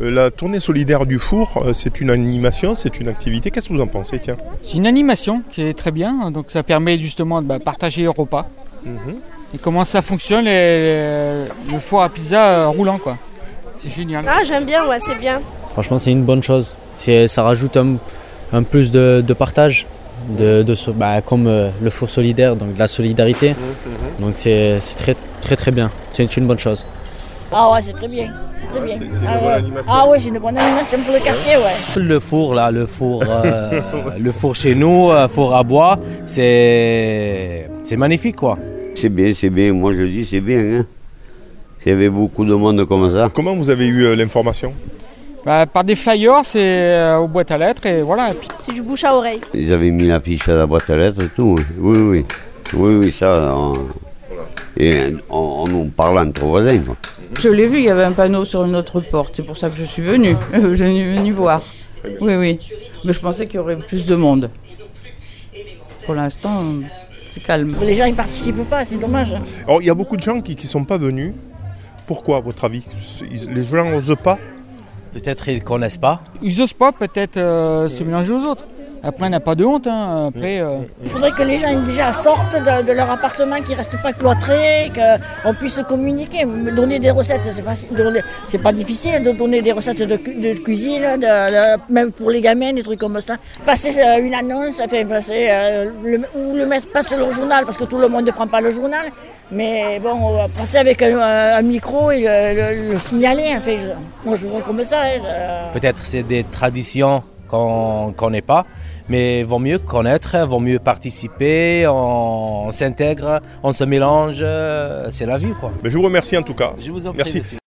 La tournée solidaire du four, c'est une animation, c'est une activité. Qu'est-ce que vous en pensez, tiens? C'est une animation qui est très bien, donc ça permet justement de partager les repas. Et comment ça fonctionne, le four à pizza roulant, quoi. C'est génial. Ah, j'aime bien, ouais, c'est bien. Franchement, c'est une bonne chose. Ça rajoute un plus de partage, comme le four solidaire, donc de la solidarité. Donc c'est très, très, très bien. C'est une bonne chose. Ah ouais, c'est très bien. C'est très bien. Ah ouais, c'est une bonne animation pour le quartier, ouais. Le four là, le four chez nous, four à bois, c'est magnifique quoi. C'est bien, moi je dis c'est bien. Hein. Il y avait beaucoup de monde comme ça. Comment vous avez eu l'information? Par des flyers, c'est aux boîtes à lettres et voilà. Et puis... C'est du bouche à oreille. Ils avaient mis l'affiche à la boîte à lettres et tout. Oui, ça. On en parle entre voisins. Quoi. Je l'ai vu, il y avait un panneau sur une autre porte, c'est pour ça que je suis venue. Je suis venue voir. Oui. Mais je pensais qu'il y aurait plus de monde. Pour l'instant, c'est calme. Les gens ne participent pas, c'est dommage. Alors, il y a beaucoup de gens qui ne sont pas venus. Pourquoi, à votre avis? Les gens n'osent pas? Peut-être ils ne connaissent pas. Ils n'osent pas peut-être se mélanger aux autres. Après, on n'a pas de honte. Hein. Après, Il faudrait que les gens déjà sortent de leur appartement, qu'ils ne restent pas cloîtrés, qu'on puisse communiquer, donner des recettes. C'est facile, c'est pas difficile de donner des recettes de cuisine, même pour les gamins, des trucs comme ça. Passer une annonce, le mettre pas sur le journal, parce que tout le monde ne prend pas le journal. Mais bon, on va passer avec un micro et le signaler. Enfin, moi, je vois comme ça. Peut-être c'est des traditions qu'on ne connaît pas. Mais vaut mieux connaître, vaut mieux participer, on s'intègre, on se mélange, c'est la vie quoi. Je vous remercie en tout cas. Je vous en prie. Merci.